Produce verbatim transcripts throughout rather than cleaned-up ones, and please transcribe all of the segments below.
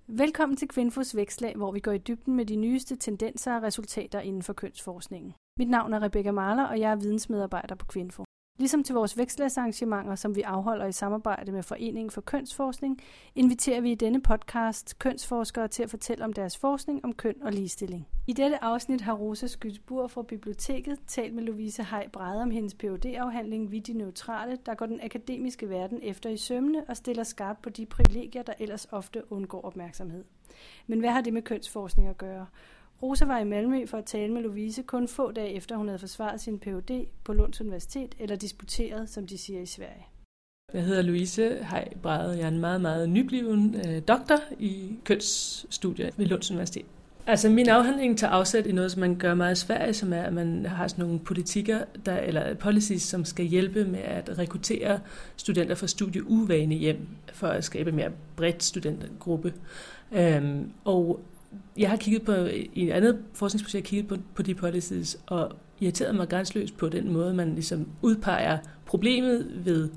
Velkommen til Kvinfos Vækslag, hvor vi går i dybden med de nyeste tendenser og resultater inden for kønsforskningen. Mit navn er Rebecca Marler, og jeg er vidensmedarbejder på Kvinfo. Ligesom til vores vækslagsarrangementer, som vi afholder i samarbejde med Foreningen for Kønsforskning, inviterer vi i denne podcast kønsforskere til at fortælle om deres forskning om køn og ligestilling. I dette afsnit har Rosa Skydsburg fra biblioteket talt med Louise Hay Brade om hendes P H D-afhandling Vi de neutrale, der går den akademiske verden efter i sømmene og stiller skarpt på de privilegier, der ellers ofte undgår opmærksomhed. Men hvad har det med kønsforskning at gøre? Rosa var i Malmø for at tale med Louise kun få dage efter hun havde forsvaret sin P H D på Lunds Universitet, eller disputeret, som de siger i Sverige. Jeg hedder Louise Hay Brade. Jeg er en meget, meget nybliven øh, doktor i kønsstudier ved Lunds Universitet. Altså min afhandling tager afsæt i noget, som man gør meget i Sverige, som er, at man har sådan nogle politikker, der, eller policies, som skal hjælpe med at rekruttere studenter fra studieuvane hjem, for at skabe en mere bredt studentergruppe. Øhm, og Jeg har kigget på, i et andet forskningsprojekt, kigget på, på de policies, og irriteret mig grænseløst på den måde, man ligesom udpeger problemet ved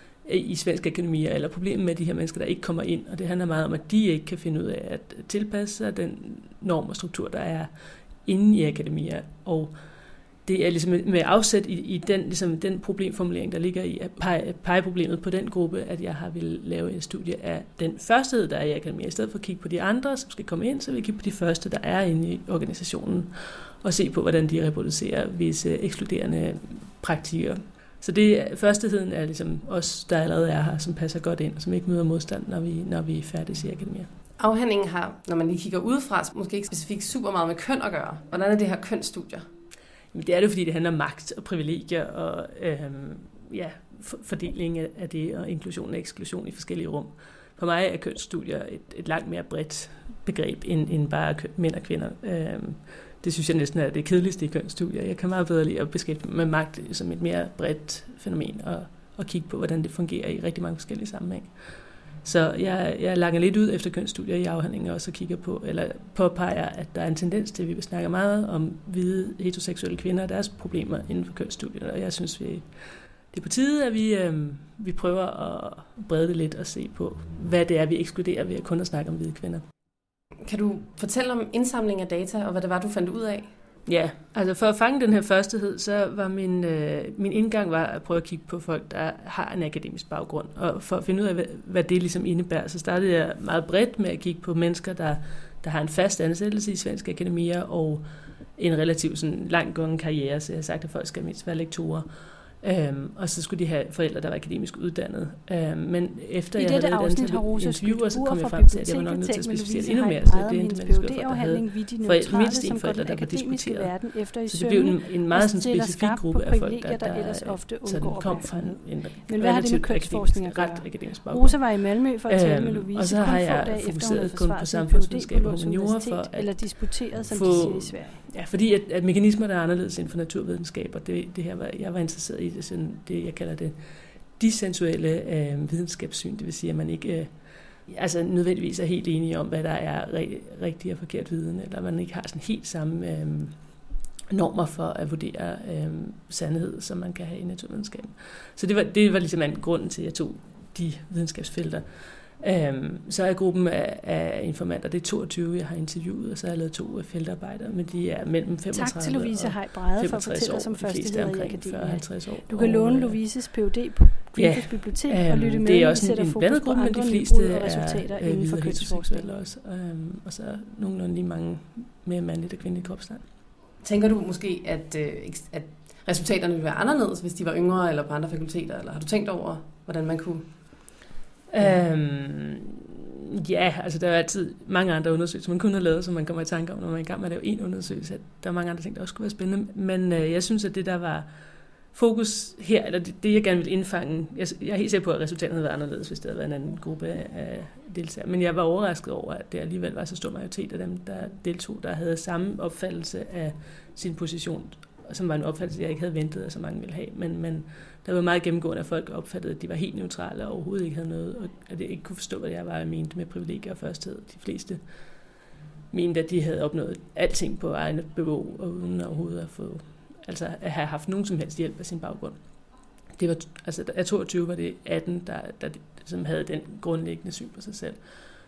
i svenske akademier, eller problemet med de her mennesker, der ikke kommer ind. Og det handler meget om, at de ikke kan finde ud af at tilpasse sig den norm og struktur, der er inde i akademier. Og det er ligesom med afsæt i, i den, ligesom den problemformulering, der ligger i at pege, pege problemet på den gruppe, at jeg har ville lave en studie af den første, der er i akademier. I stedet for at kigge på de andre, som skal komme ind, så vil jeg kigge på de første, der er inde i organisationen, og se på, hvordan de reproducerer visse ekskluderende praktikker. Så det førsteheden er ligesom os, der allerede er her, som passer godt ind, og som ikke møder modstand, når vi, når vi er færdige i akademier. Afhandlingen har, når man lige kigger udefra, måske ikke specifikt super meget med køn at gøre. Hvordan er det her kønsstudier? Det er det, fordi det handler om magt og privilegier og øhm, ja, fordeling af det og inklusion og eksklusion i forskellige rum. For mig er kønsstudier et, et langt mere bredt begreb end, end bare mænd og kvinder. Øhm, det synes jeg næsten er det kedeligste i kønsstudier. Jeg kan meget bedre lide at beskæftige mig med magt som et mere bredt fænomen og, og kigge på, hvordan det fungerer i rigtig mange forskellige sammenhæng. Så jeg, jeg langer lidt ud efter kønsstudier i afhandlingen også og kigger på, eller påpeger, at der er en tendens til, at vi snakker meget om hvide heteroseksuelle kvinder og deres problemer inden for kønsstudierne. Og jeg synes, vi, det er på tide, at vi, øh, vi prøver at brede det lidt og se på, hvad det er, vi ekskluderer ved at kun at snakke om hvide kvinder. Kan du fortælle om indsamling af data, og hvad det var, du fandt ud af? Ja, altså for at fange den her førstehed, så var min, øh, min indgang var at prøve at kigge på folk, der har en akademisk baggrund. Og for at finde ud af, hvad, hvad det ligesom indebærer, så startede jeg meget bredt med at kigge på mennesker, der, der har en fast ansættelse i svenske akademier og en relativt sådan, langgående karriere. Så jeg har sagt, at folk skal mindst være lektorer. Øhm, og så skulle de have forældre, der var akademisk uddannet. Øhm, men efter I jeg havde lavet interviewer, så kom jeg frem til, at jeg var nok nødt til at specificere endnu mere. Så det endte med, at der havde forældre, mindst en forældre, der var disputeret. Så det blev en, en meget sådan, specifik gruppe af folk, der, der sådan, kom fra en, en relativt akademisk, ret akademisk baggrund. Rosa var i Malmø for at tale med Louise, og så har jeg fokuseret kun på samfundsvidenskab og humaniora for at disputeret, som de siger i Sverige. Ja, fordi at, at mekanismer, der er anderledes inden for naturvidenskab, og det, det her var, jeg var interesseret i det, sådan, det jeg kalder det dissensuelle øh, videnskabssyn, det vil sige, at man ikke øh, altså nødvendigvis er helt enige om, hvad der er re- rigtig og forkert viden, eller man ikke har sådan helt samme øh, normer for at vurdere øh, sandhed, som man kan have i naturvidenskaben. Så det var, det var ligesom en grund til, at jeg tog de videnskabsfelter. Um, så er gruppen af, af informanter, det er toogtyve, jeg har interviewet, og så har jeg lavet to feltarbejder, men de er mellem femogtredive tak til Louise Hay Brade for at fortælle os om førsteheder i akademia. Du kan og, låne Louises P H D på Kvinfos ja, bibliotek um, og lytte med, det er også en blandet gruppe, men de fleste er resultater inden for kønsforskning. Også, um, og så nogenlunde lige mange mere mandligt og kvindeligt kropsland. Tænker du måske, at, at resultaterne ville være anderledes, hvis de var yngre eller på andre fakulteter, eller har du tænkt over, hvordan man kunne... Øhm, ja, altså der er altid mange andre undersøgelser, man kunne have lavet, som man kommer i tanke om, når man er i gang med at lave en undersøgelse. Der er mange andre ting, der også kunne være spændende. Men øh, jeg synes, at det der var fokus her, eller det, det jeg gerne ville indfange, jeg, jeg er helt sikker på, at resultaterne havde været anderledes, hvis det havde været en anden gruppe af deltagere. Men jeg var overrasket over, at det alligevel var så stor majoritet af dem, der deltog, der havde samme opfattelse af sin position, som var en opfattelse, jeg ikke havde ventet, at så mange ville have. Men, men der var meget gennemgående, at folk opfattede, at de var helt neutrale og overhovedet ikke havde noget, og at jeg ikke kunne forstå, hvad jeg var, jeg mente med privilegier og førsthed. De fleste mente, at de havde opnået alting på egne bevåg, og uden overhovedet at få, altså at have haft nogen som helst hjælp af sin baggrund. Det var, altså af toogtyve var det atten, der, der, som havde den grundlæggende syn på sig selv.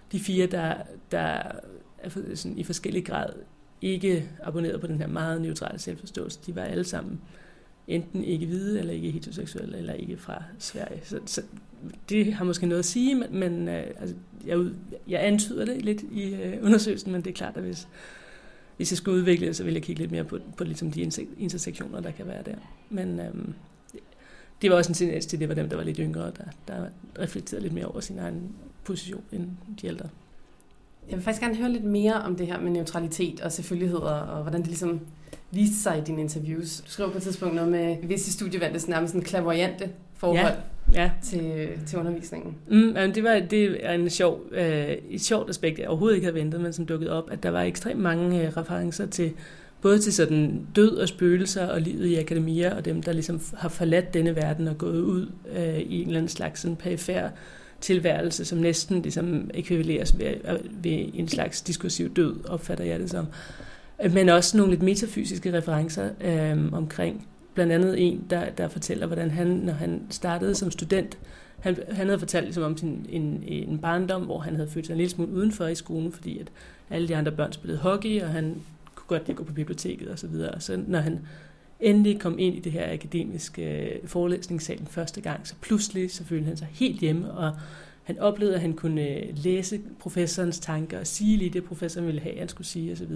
de fire, der, der er sådan, i forskellig grad ikke abonneret på den her meget neutrale selvforståelse, de var alle sammen enten ikke hvide, eller ikke heteroseksuelle, eller ikke fra Sverige. Så, så det har måske noget at sige, men, men øh, altså, jeg, jeg antyder det lidt i øh, undersøgelsen, men det er klart, at hvis, hvis jeg skulle udvikle det, så vil jeg kigge lidt mere på, på ligesom de intersektioner, der kan være der. Men øh, det var også en tendens til, det var dem, der var lidt yngre, der, der reflekterede lidt mere over sin egen position end de ældre. Jeg vil faktisk gerne høre lidt mere om det her med neutralitet og selvfølgeligheder, og hvordan det ligesom viste sig i dine interviews. Du skrev på et tidspunkt noget med visse studievalgtes nærmest en clairvoyante forhold ja, ja. Til, til undervisningen. Mm, det var det er en sjov, øh, et sjovt aspekt, jeg overhovedet ikke havde ventet, men som dukkede op, at der var ekstremt mange øh, referencer til, både til sådan død og spøgelser og livet i akademier, og dem, der ligesom har forladt denne verden og gået ud øh, i en eller anden slags sådan perifær tilværelse, som næsten ligesom ekvivaleres ved, ved en slags diskursiv død, opfatter jeg det som. Men også nogle lidt metafysiske referencer øh, omkring, blandt andet en, der, der fortæller, hvordan han, når han startede som student, han, han havde fortalt ligesom om sin, en, en barndom, hvor han havde følt sig en lille smule udenfor i skolen, fordi at alle de andre børn spillede hockey, og han kunne godt lide at gå på biblioteket og så videre. Og så når han endelig kom ind i det her akademiske forelæsningssalen første gang, så pludselig så følte han sig helt hjemme, og han oplevede, at han kunne læse professorens tanker og sige lige det, professoren ville have, han skulle sige osv.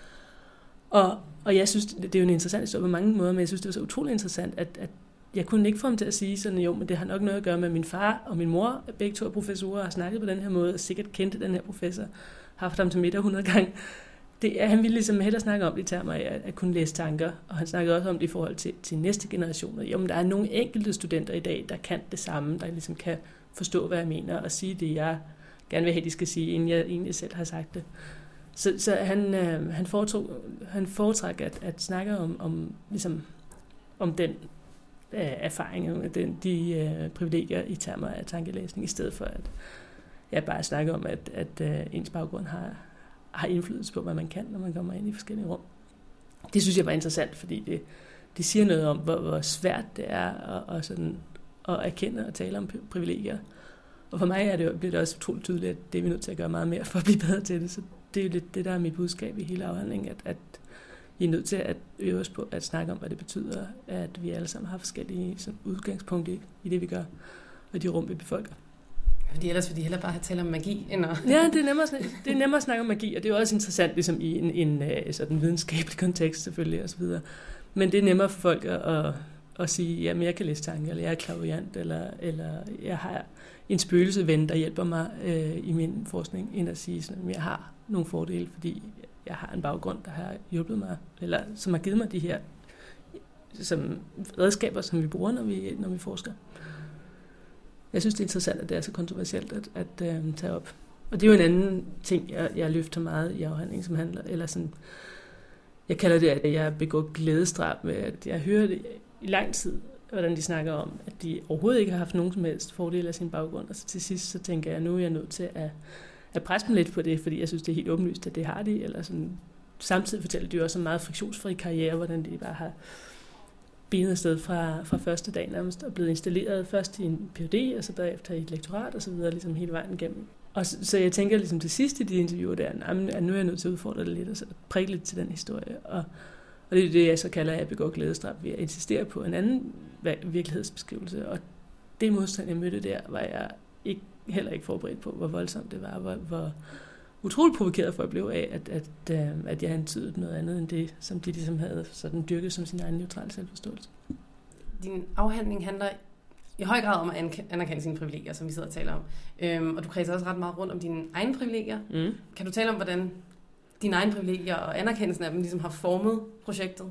Og, og jeg synes, det er jo en interessant historie på mange måder, men jeg synes, det var så utrolig interessant, at, at jeg kunne ikke få ham til at sige sådan, jo, men det har nok noget at gøre med, at min far og min mor, begge to er professorer, har snakket på den her måde, og sikkert kendte den her professor, har haft ham til middag hundrede gange. Det, han ville ligesom hellere snakke om det i termer af at, at kunne læse tanker, og han snakkede også om det i forhold til, til næste generationer. Jo, men der er nogle enkelte studenter i dag, der kan det samme, der ligesom kan forstå, hvad jeg mener, og sige det, jeg gerne vil have, de skal sige, inden jeg egentlig selv har sagt det. Så, så han, øh, han, foretog, han foretrækker at, at snakke om, om, ligesom, om den øh, erfaring, den, de øh, privilegier i termer af tankelæsning, i stedet for at jeg bare snakker om, at, at øh, ens baggrund har, har indflydelse på, hvad man kan, når man kommer ind i forskellige rum. Det synes jeg var interessant, fordi det, det siger noget om, hvor, hvor svært det er at, at, sådan, at erkende og tale om privilegier. Og for mig er det, bliver det også utroligt tydeligt, at det er vi nødt til at gøre meget mere for at blive bedre til det. Så det er jo lidt det, der er mit budskab i hele afhandlingen, at, at vi er nødt til at øve os på at snakke om, hvad det betyder, at vi alle sammen har forskellige sådan, udgangspunkter i, i det, vi gør, og de rum, vi befolker. Fordi ellers vil de hellere bare tale om magi, end at... Ja, det er, nemmere, det er nemmere at snakke om magi, og det er også interessant ligesom i en, en sådan videnskabelig kontekst selvfølgelig, og så videre. Men det er nemmere for folk at, at, at sige, jamen jeg kan læse tanker, eller jeg er clairvoyant, eller, eller jeg har en spøgelseven, der hjælper mig øh, i min forskning, end at sige, sådan, at jeg har nogle fordele, fordi jeg har en baggrund, der har hjulpet mig, eller som har givet mig de her som redskaber, som vi bruger, når vi, når vi forsker. Jeg synes, det er interessant, at det er så kontroversielt at, at øh, tage op. Og det er jo en anden ting, jeg, jeg løfter meget i afhandlingen, som handler, eller sådan, jeg kalder det, at jeg begår glædestrab med, at jeg hører det i lang tid, hvordan de snakker om, at de overhovedet ikke har haft nogen som helst fordel af sin baggrund. Og så til sidst, så tænker jeg, nu er jeg nødt til at, at presse dem lidt på det, fordi jeg synes, det er helt åbenlyst, at det har de. Eller sådan. Samtidig fortæller de jo også en meget friktionsfri karriere, hvordan de bare har benet afsted fra, fra første dag nærmest, og blevet installeret først i en P H D, og så derefter i et lektorat, og så videre, ligesom hele vejen igennem. Og så, så jeg tænker ligesom til sidst i de interviewer der, at nu er jeg nødt til at udfordre det lidt, og så prikke lidt til den historie. Og, og det er det, jeg så kalder, at jeg begår glædestrab ved at insistere på en anden virkelighedsbeskrivelse. Og det modstand, jeg mødte der, var jeg ikke, heller ikke forberedt på, hvor voldsomt det var, hvor, hvor utroligt provokeret for at blive af, at, at, at jeg antydede noget andet end det, som de ligesom havde sådan dyrket som sin egen neutrale selvforståelse. Din afhandling handler i høj grad om at anerkende sine privilegier, som vi sidder og taler om. Øhm, og du kredser også ret meget rundt om dine egne privilegier. Mm. Kan du tale om, hvordan dine egne privilegier og anerkendelsen af dem ligesom har formet projektet?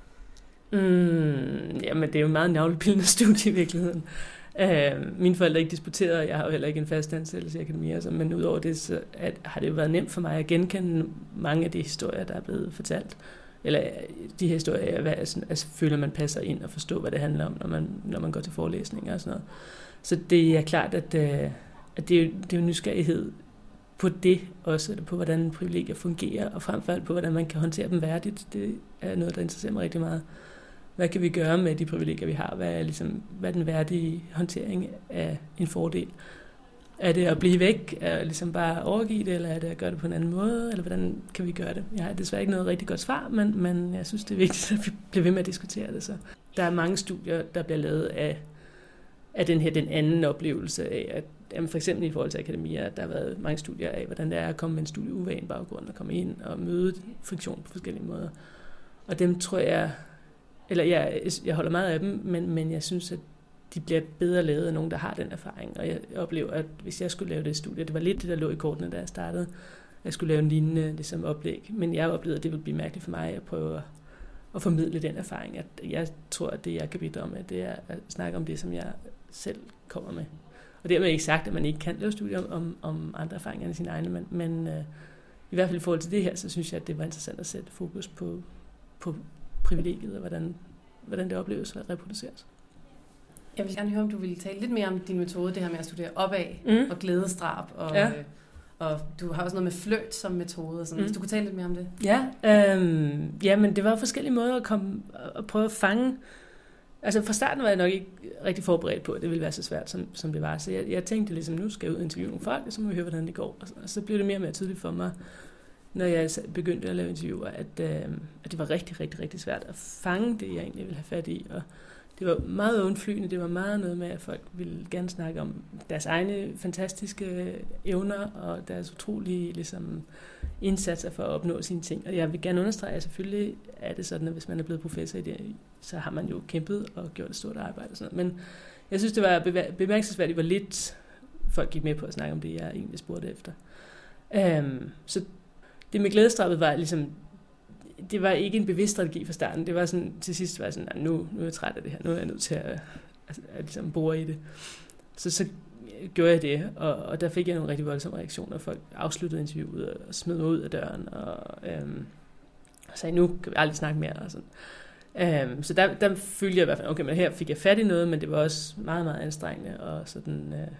Mm, jamen, det er jo en meget navlepillende studie i virkeligheden. Uh, mine forældre er ikke disputeret, og jeg har jo heller ikke en fast ansættelse i akademier, altså, men udover det, så at, har det jo været nemt for mig at genkende mange af de historier, der er blevet fortalt. Eller de her historier, hvad, altså, altså, føler man passer ind og forstår, hvad det handler om, når man, når man går til forelæsninger og sådan noget. Så det er klart, at, uh, at det, er jo, det er jo nysgerrighed på det også, på hvordan privilegier fungerer, og frem for alt på, hvordan man kan håndtere dem værdigt. Det er noget, der interesserer mig rigtig meget. Hvad kan vi gøre med de privilegier, vi har? Hvad er, ligesom, hvad er den værdige håndtering af en fordel? Er det at blive væk, er ligesom bare overgive det, eller er det at gøre det på en anden måde, eller hvordan kan vi gøre det? Jeg har desværre ikke noget rigtig godt svar, men, men jeg synes, det er vigtigt, at vi bliver ved med at diskutere det. Så der er mange studier, der bliver lavet af, af den her den anden oplevelse af, at jamen for eksempel i forhold til akademier, der har været mange studier af, hvordan det er at komme med en studieuvane baggrund, og komme ind og møde friktion på forskellige måder. Og dem tror jeg, eller jeg, jeg holder meget af dem, men, men jeg synes, at de bliver bedre lavet af nogen, der har den erfaring. Og jeg oplever, at hvis jeg skulle lave det studie, det var lidt det, der lå i kortene, da jeg startede, at jeg skulle lave en lignende ligesom, oplæg. Men jeg oplevede, at det ville blive mærkeligt for mig at prøve at, at formidle den erfaring. At jeg tror, at det, jeg kan bidrage med, det er at snakke om det, som jeg selv kommer med. Og dermed ikke sagt, at man ikke kan lave studier om, om andre erfaringer end sine egne, men, men øh, i hvert fald i forhold til det her, så synes jeg, at det var interessant at sætte fokus på, på privilegiet, og hvordan, hvordan det opleves og reproduceres. Jeg vil gerne høre, om du ville tale lidt mere om din metode, det her med at studere opad mm. og glædesdrab, og, ja. øh, og du har også noget med flirt som metode. Sådan. Mm. Hvis du kunne tale lidt mere om det. Ja, øh, ja, men det var forskellige måder at komme og prøve at fange. Altså fra starten var jeg nok ikke rigtig forberedt på, at det ville være så svært, som, som det var. Så jeg, jeg tænkte ligesom, nu skal jeg ud og interviewe nogle folk, og så må vi høre, hvordan det går. Og så, og så blev det mere og mere tydeligt for mig, når jeg begyndte at lave interviewer, at, øh, at det var rigtig, rigtig, rigtig svært at fange det, jeg egentlig ville have fat i. Og det var meget undflyende, det var meget noget med, at folk ville gerne snakke om deres egne fantastiske evner og deres utrolige ligesom, indsatser for at opnå sine ting. Og jeg vil gerne understrege, at selvfølgelig er det sådan, at hvis man er blevet professor i det, så har man jo kæmpet og gjort et stort arbejde og sådan noget. Men jeg synes, det var bemærkelsesværdigt, hvor lidt folk gik med på at snakke om det, jeg egentlig spurgte efter. Um, så det med glædesdrabet var ligesom, det var ikke en bevidst strategi fra starten. Det var sådan, til sidst var jeg sådan, nu, nu er jeg træt af det her, nu er jeg nødt til at, at, at ligesom bore i det. Så, så gjorde jeg det, og, og der fik jeg nogle rigtig voldsomme reaktioner. Folk afsluttede interviewet og smed mig ud af døren, og øhm, sagde, nu kan vi aldrig snakke mere. Og sådan. Øhm, så der, der følte jeg i hvert fald, okay, men her fik jeg fat i noget, men det var også meget, meget anstrengende, og sådan, øh,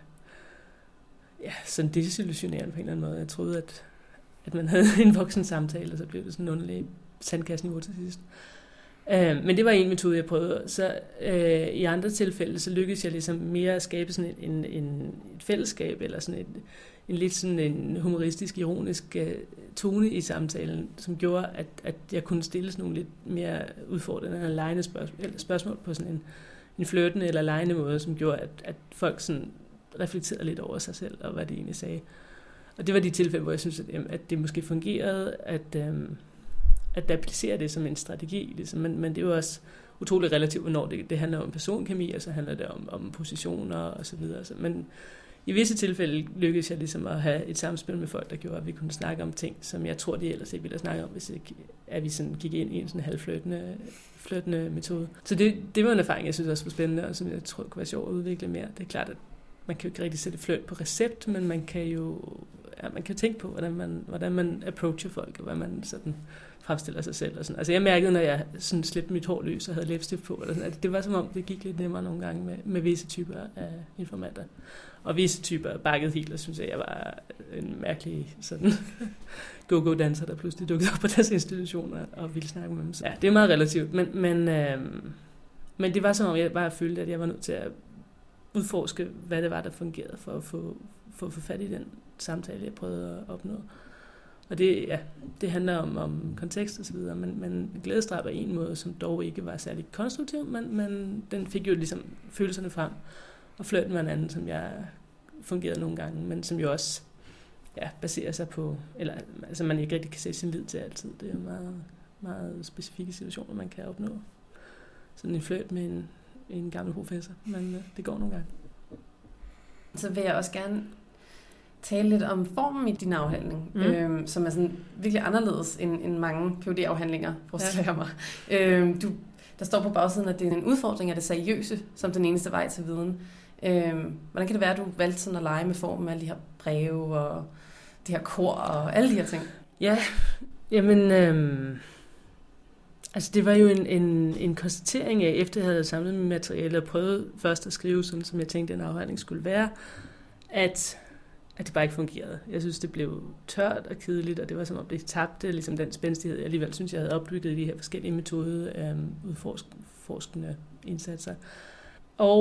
ja, sådan desillusionerende på en eller anden måde. Jeg troede, at, at man havde en voksen samtale, og så blev det sådan en underlig sandkastniveau til sidst. Uh, men det var en metode, jeg prøvede. Så uh, i andre tilfælde, så lykkedes jeg ligesom mere at skabe sådan en, en, en, et fællesskab, eller sådan et, en lidt sådan en humoristisk, ironisk uh, tone i samtalen, som gjorde, at, at jeg kunne stille sådan nogle lidt mere udfordrende eller legende spørgsmål, eller spørgsmål på sådan en, en flirtende eller legende måde, som gjorde, at, at folk sådan reflekterede lidt over sig selv, og hvad de egentlig sagde. Og det var de tilfælde, hvor jeg synes, at, at det måske fungerede, at... Um, at applicere det som en strategi, ligesom. men, men det er jo også utroligt relativt, hvornår det, det handler om personkemi, og så handler det om, om positioner og så videre. Så, men i visse tilfælde lykkedes jeg ligesom at have et samspil med folk, der gjorde, at vi kunne snakke om ting, som jeg tror, de ellers ikke ville snakke om, hvis ikke, at vi sådan gik ind i en sådan halvfløtende flirtende metode. Så det, det var en erfaring, jeg synes også var spændende, og som jeg tror kunne være sjovt at udvikle mere. Det er klart, at man kan jo ikke rigtig sætte flirt på recept, men man kan jo ja, man kan jo tænke på, hvordan man, hvordan man approacher folk, og hvad man sådan fremstiller sig selv. Og sådan. Altså jeg mærkede, når jeg sådan slæbte mit hår løs og havde læbestift på, eller sådan, at det var som om, det gik lidt nemmere nogle gange med, med visse typer af informanter. Og visse typer bakkede helt, og synes jeg, jeg var en mærkelig sådan go-go-danser, der pludselig dukkede op på deres institutioner og ville snakke med dem. Så ja, det er meget relativt, men, men, øh, men det var som om, jeg bare følte, at jeg var nødt til at udforske, hvad det var, der fungerede for at få, for at få fat i den samtale, jeg prøvede at opnå. Og det, ja, det handler om, om kontekst og så videre, men, men glædesdrab er en måde, som dog ikke var særlig konstruktiv, men, men den fik jo ligesom følelserne frem, og flirten var en anden, som jeg fungerede nogle gange, men som jo også ja, baserer sig på, eller altså man ikke rigtig kan sætte sin lid til altid. Det er jo meget, meget specifikke situationer, man kan opnå. Sådan en flirt med en, en gammel professor, men øh, det går nogle gange. Så vil jeg også gerne tale lidt om formen i din afhandling, mm. øhm, som er sådan virkelig anderledes end, end mange P H D-afhandlinger, forestiller jeg mig. Øhm, du, der står på bagsiden, at det er en udfordring af det seriøse, som den eneste vej til viden. Øhm, hvordan kan det være, at du valgte sådan at lege med formen med alle de her breve og det her kor og alle de her ting? Ja, jamen... Øhm Altså det var jo en, en, en konstatering af, efter jeg havde samlet mit materiale og prøvet først at skrive, sådan som jeg tænkte, en afhandling skulle være, at, at det bare ikke fungerede. Jeg synes, det blev tørt og kedeligt, og det var som om det tabte ligesom den spændstighed, jeg alligevel synes, jeg havde opbygget i de her forskellige metode, øhm, udforskende indsatser. Og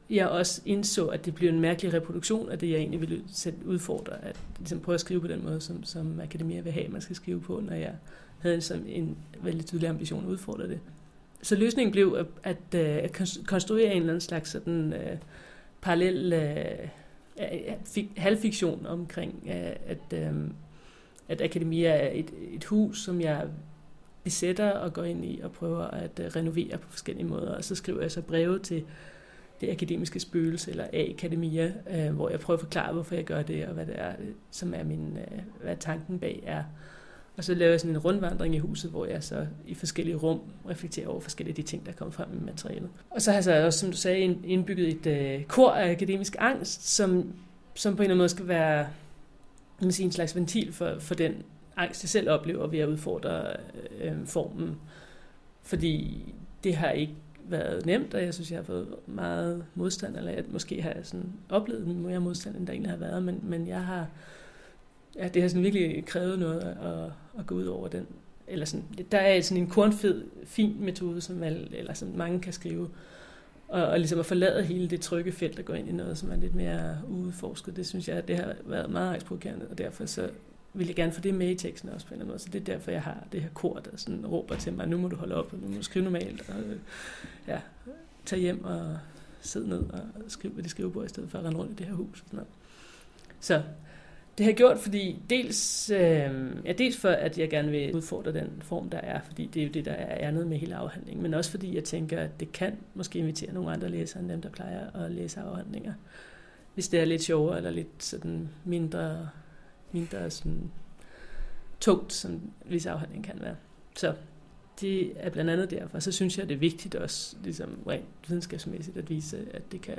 jeg også indså, at det blev en mærkelig reproduktion af det, jeg egentlig ville sætte udfordre, at ligesom prøve at skrive på den måde, som, som akademier vil have, man skal skrive på, når jeg havde en, som en vældig tydelig ambition at udfordre det. Så løsningen blev at, at, at konstruere en eller anden slags sådan, uh, parallel uh, fik, halvfiktion omkring, uh, at, um, at akademier er et, et hus, som jeg besætter og går ind i og prøver at uh, renovere på forskellige måder. Og så skriver jeg så breve til det akademiske spøgelse, eller A-akademia, uh, hvor jeg prøver at forklare, hvorfor jeg gør det, og hvad det er, som er min, uh, hvad tanken bag er. Og så laver jeg sådan en rundvandring i huset, hvor jeg så i forskellige rum reflekterer over forskellige af de ting, der kommer frem i materialet. Og så har jeg så også, som du sagde, indbygget et uh, kor af akademisk angst, som, som på en eller anden måde skal være man sige, en slags ventil for, for den angst, jeg selv oplever ved at udfordre øh, formen. Fordi det har ikke været nemt, og jeg synes, jeg har fået meget modstand, eller jeg, måske har jeg sådan oplevet mere modstand, end der egentlig har været, men, men jeg har ja, det har sådan virkelig krævet noget at, at gå ud over den. Eller sådan, der er sådan en kornfed, fin metode, som, al, eller som mange kan skrive, og, og ligesom at forlade hele det trygge felt og gå ind i noget, som er lidt mere udforsket. Det synes jeg, det har været meget angstprovokerende, og derfor så vil jeg gerne få det med i teksten også på en eller anden måde. Så det er derfor, jeg har det her kor, der sådan råber til mig, nu må du holde op, og nu må du skrive normalt, og ja, tage hjem og sidde ned og skrive, hvad de skriver på, i stedet for at rende rundt i det her hus. Og sådan noget. Så det har jeg gjort, fordi dels, øh, ja, dels for, at jeg gerne vil udfordre den form, der er, fordi det er jo det, der er ærnet med hele afhandlingen, men også fordi jeg tænker, at det kan måske invitere nogle andre læsere, end dem, der plejer at læse afhandlinger. Hvis det er lidt sjovere, eller lidt sådan mindre, mindre sådan tungt, som visse afhandling kan være. Så det er blandt andet derfor. Så synes jeg, det er vigtigt også, ligesom rent videnskabsmæssigt, at vise, at det kan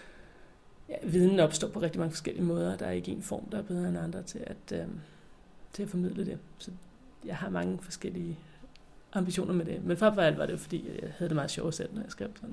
ja, viden opstår på rigtig mange forskellige måder. Der er ikke en form, der er bedre end andre til at, øh, til at formidle det. Så jeg har mange forskellige ambitioner med det. Men frem for alt var det, fordi jeg havde det meget sjovt selv, når jeg skrev sådan.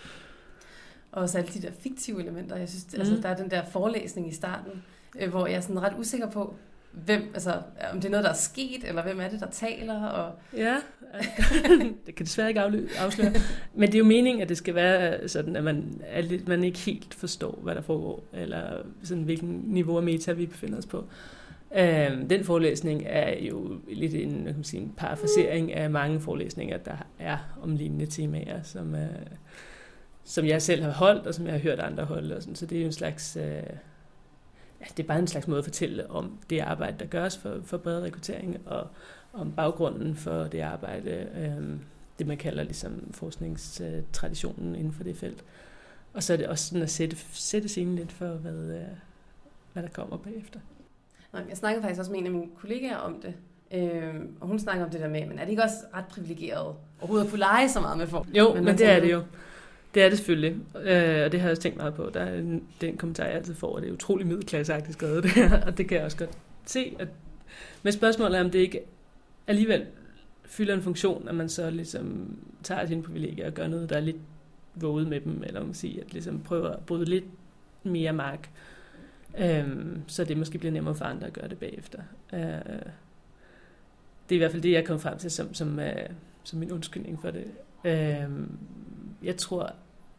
Og også alle de der fiktive elementer. Jeg synes, mm. altså, der er den der forelæsning i starten, øh, hvor jeg er sådan ret usikker på, hvem, altså, om det er noget, der er sket, eller hvem er det, der taler. Og ja, det kan desværre ikke afsløre. Men det er jo meningen, at det skal være sådan, at man, at man ikke helt forstår, hvad der foregår, eller sådan, hvilken niveau af meta vi befinder os på. Øhm, den forelæsning er jo lidt en, kan man sige, en parafrasering af mange forelæsninger, der er om lignende temaer, som, øh, som jeg selv har holdt, og som jeg har hørt andre holde. Og sådan. Så det er jo en slags... Øh, Ja, det er bare en slags måde at fortælle om det arbejde, der gøres for, for bred rekruttering, og om baggrunden for det arbejde, øh, det man kalder ligesom forskningstraditionen inden for det felt. Og så er det også sådan at sætte, sætte scenen lidt for, hvad, øh, hvad der kommer bagefter. Jeg snakkede faktisk også med en af mine kollegaer om det, øh, og hun snakker om det der med, men er det ikke også ret privilegeret overhovedet at kunne lege så meget med folk? Jo, men, men det er det jo. Det er det selvfølgelig, øh, og det har jeg også tænkt meget på. Der er en, den kommentar, jeg altid får, at det er utrolig middelklasseagtigt skrevet, det her, og det kan jeg også godt se. At, men spørgsmålet er, om det ikke alligevel fylder en funktion, at man så ligesom tager sine privilegier og gør noget, der er lidt våget med dem, eller man siger, at ligesom prøver at bryde lidt mere mark, øh, så det måske bliver nemmere for andre at gøre det bagefter. Øh, det er i hvert fald det, jeg kom frem til som, som, øh, som min undskyldning for det. Øh, jeg tror,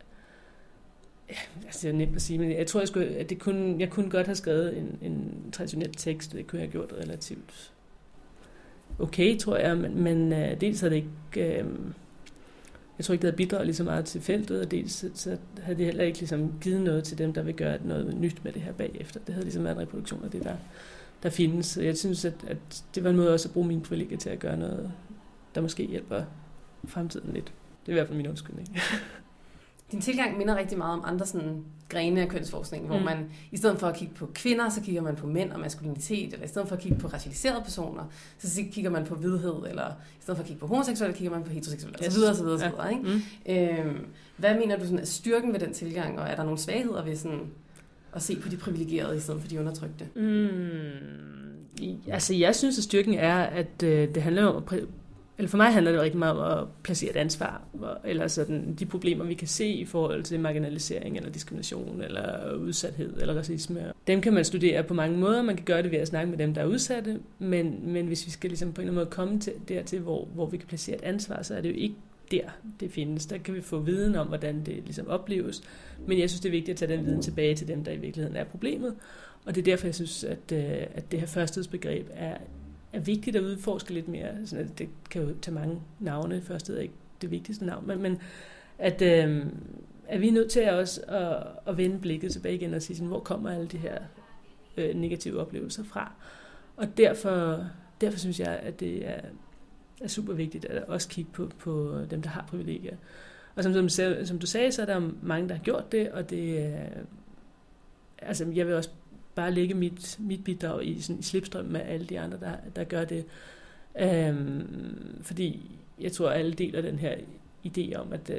ja, altså det er nemt at sige, men jeg tror, jeg, skulle, at det kunne, jeg kunne godt have skrevet en, en traditionel tekst, det kunne jeg have gjort relativt okay, tror jeg, men, men uh, dels havde det ikke, uh, jeg tror ikke, det havde bidraget lige så meget til feltet, og dels så havde det heller ikke ligesom givet noget til dem, der vil gøre noget nyt med det her bagefter. Det havde ligesom været en reproduktion af det, der, der findes. Så jeg synes, at, at det var en måde også at bruge mine privilegier til at gøre noget, der måske hjælper fremtiden lidt. Det er i hvert fald min undskyldning. Din tilgang minder rigtig meget om andre sådan, grene af kønsforskning, mm. hvor man i stedet for at kigge på kvinder, så kigger man på mænd og maskulinitet, eller i stedet for at kigge på racialiserede personer, så kigger man på hvidhed, eller i stedet for at kigge på homoseksuelle, kigger man på heteroseksuelle, yes. og så videre, så videre, så videre. Ikke? Mm. Øhm, hvad mener du sådan, er styrken ved den tilgang, og er der nogle svagheder ved sådan, at se på de privilegerede i stedet for de undertrykte? Mm. Altså, jeg synes, at styrken er, at øh, det handler om at Eller for mig handler det rigtig meget om at placere et ansvar, eller sådan de problemer, vi kan se i forhold til marginalisering, eller diskrimination, eller udsathed, eller racisme. Dem kan man studere på mange måder. Man kan gøre det ved at snakke med dem, der er udsatte, men, men hvis vi skal ligesom på en eller anden måde komme til, dertil, hvor, hvor vi kan placere et ansvar, så er det jo ikke der, det findes. Der kan vi få viden om, hvordan det ligesom opleves. Men jeg synes, det er vigtigt at tage den viden tilbage til dem, der i virkeligheden er problemet. Og det er derfor, jeg synes, at, at det her førstehedsbegreb er, er vigtigt at udforske lidt mere. Sådan at det kan jo tage mange navne. Førsted er ikke det vigtigste navn, men, men at, øh, at vi er nødt til at også at, at vende blikket tilbage igen og sige, sådan, hvor kommer alle de her øh, negative oplevelser fra? Og derfor, derfor synes jeg, at det er, er super vigtigt at også kigge på, på dem, der har privilegier. Og som, som, som du sagde, så er der mange, der har gjort det, og det er, altså jeg vil også bare lægge mit, mit bidrag i, sådan, i slipstrømmen med alle de andre, der, der gør det. Øhm, fordi jeg tror, alle deler den her idé om, at,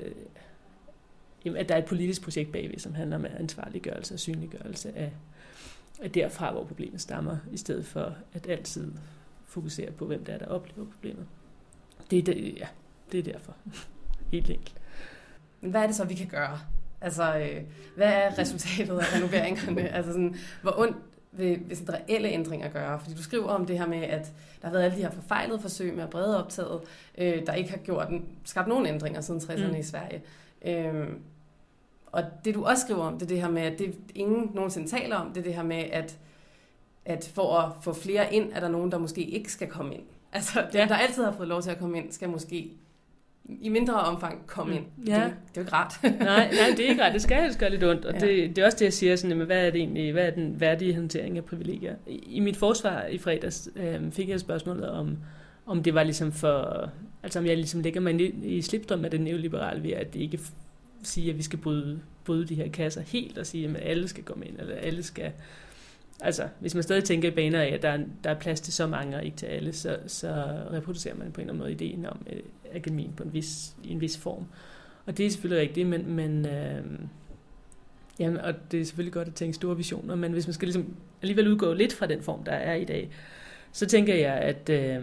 øh, at der er et politisk projekt bagved, som handler om ansvarliggørelse og synliggørelse af, af derfra, hvor problemet stammer, i stedet for at altid fokusere på, hvem der er, der oplever problemet. Det er, det, ja, det er derfor. Helt enkelt. Men hvad er det så, vi kan gøre? Altså, øh, hvad er resultatet af renoveringerne? Altså, sådan, hvor ondt vil, vil sådan reelle ændringer gøre? Fordi du skriver om det her med, at der har været alle de her forfejlede forsøg med at brede optaget, øh, der ikke har gjort den, skabt nogen ændringer siden tresserne mm. i Sverige. Øh, og det du også skriver om, det er det her med, at det ingen nogensinde taler om, det er det her med, at, at for at få flere ind, er der nogen, der måske ikke skal komme ind. Altså, dem, der altid har fået lov til at komme ind, skal måske i mindre omfang komme ind. Ja. Det, det er jo ikke rart. nej, nej, det er ikke rart. Det skal helst gøre lidt ondt. Og ja. det, det er også det, jeg siger, sådan, hvad er det egentlig, hvad er den værdige håndtering af privilegier? I, i mit forsvar i fredags øh, fik jeg spørgsmålet om, om det var ligesom for, altså om jeg ligesom lægger mig i, i slipstrøm af det neoliberale ved, at det ikke f- siger, at vi skal bryde, bryde de her kasser helt og sige, at alle skal komme ind, eller alle skal. Altså, hvis man stadig tænker i baner af, at der er, der er plads til så mange og ikke til alle, så, så reproducerer man på en eller anden måde ideen om øh, akademien på en vis, i en vis form. Og det er selvfølgelig rigtigt, men, men øh, jamen, og det er selvfølgelig godt at tænke store visioner, men hvis man skal ligesom alligevel udgå lidt fra den form, der er i dag, så tænker jeg, at øh,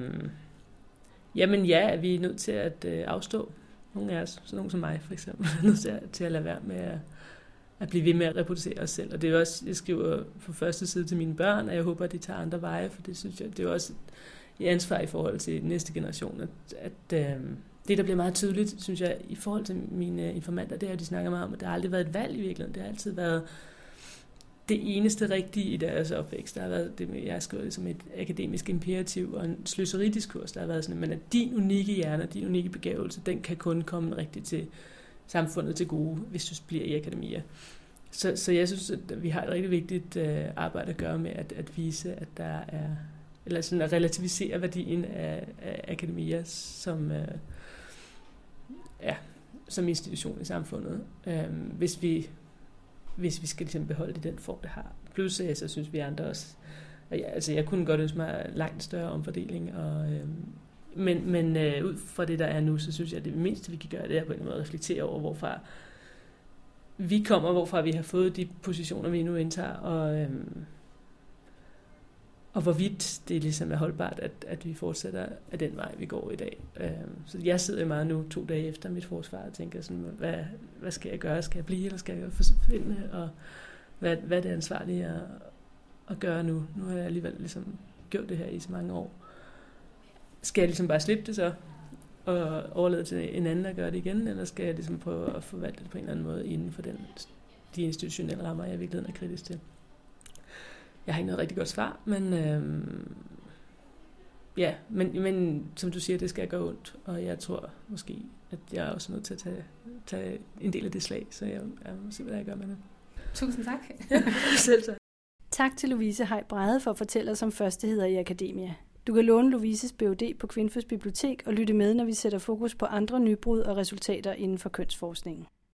jamen ja, at vi er nødt til at øh, afstå. Nogle af os, sådan nogle som mig for eksempel, er nødt til at, til at lade være med at at blive ved med at reproducere os selv. Og det er også, jeg skriver på første side til mine børn, og jeg håber, at de tager andre veje, for det synes jeg, det er også et ansvar i forhold til næste generation, at, at øh, det, der bliver meget tydeligt, synes jeg, i forhold til mine informanter, det er, at de snakker meget om, at der har aldrig været et valg i virkeligheden. Det har altid været det eneste rigtige i deres opvækst. Der har været det, jeg har skrevet som et akademisk imperativ og en sløseridiskurs, der har været sådan, at din unikke hjerne, din unikke begævelse, den kan kun komme rigtigt til samfundet til gode, hvis du bliver i akademier. Så, så jeg synes, at vi har et rigtig vigtigt uh, arbejde at gøre med at, at vise, at der er, eller sådan at relativisere værdien af, af akademier som, uh, ja, som institution i samfundet, um, hvis vi hvis vi skal ligesom beholde det den form, det har. Plus, så synes vi andre også, at jeg, altså jeg kunne godt ønske mig langt større omfordeling, og um, Men, men øh, ud fra det, der er nu, så synes jeg, at det mindste, vi kan gøre, det er på en eller anden måde at reflektere over, hvorfra vi kommer, hvorfra vi har fået de positioner, vi nu indtager, og, øhm, og hvorvidt det ligesom er holdbart, at, at vi fortsætter af den vej, vi går i dag. Øhm, så jeg sidder meget nu to dage efter mit forsvar og tænker, sådan, hvad, hvad skal jeg gøre? Skal jeg blive, eller skal jeg forsvinde? Og hvad, hvad er det ansvarlige at, at gøre nu? Nu har jeg alligevel ligesom gjort det her i så mange år. Skal jeg ligesom bare slippe det så, og overlade til en anden at gøre det igen, eller skal jeg ligesom prøve at forvalte det på en eller anden måde inden for den, de institutionelle rammer, jeg i virkeligheden er kritisk til? Jeg har ikke noget rigtig godt svar, men øhm, ja, men, men som du siger, det skal gøre ondt, og jeg tror måske, at jeg er også nødt til at tage, tage en del af det slag, så jeg, jeg må se, hvad jeg gør med det. Tusind tak. Selv tak. Tak til Louise Hay Brede for at fortælle os om førsteheder i akademia. Du kan låne Louises B D på Kvinfos Bibliotek og lytte med, når vi sætter fokus på andre nybrud og resultater inden for kønsforskningen.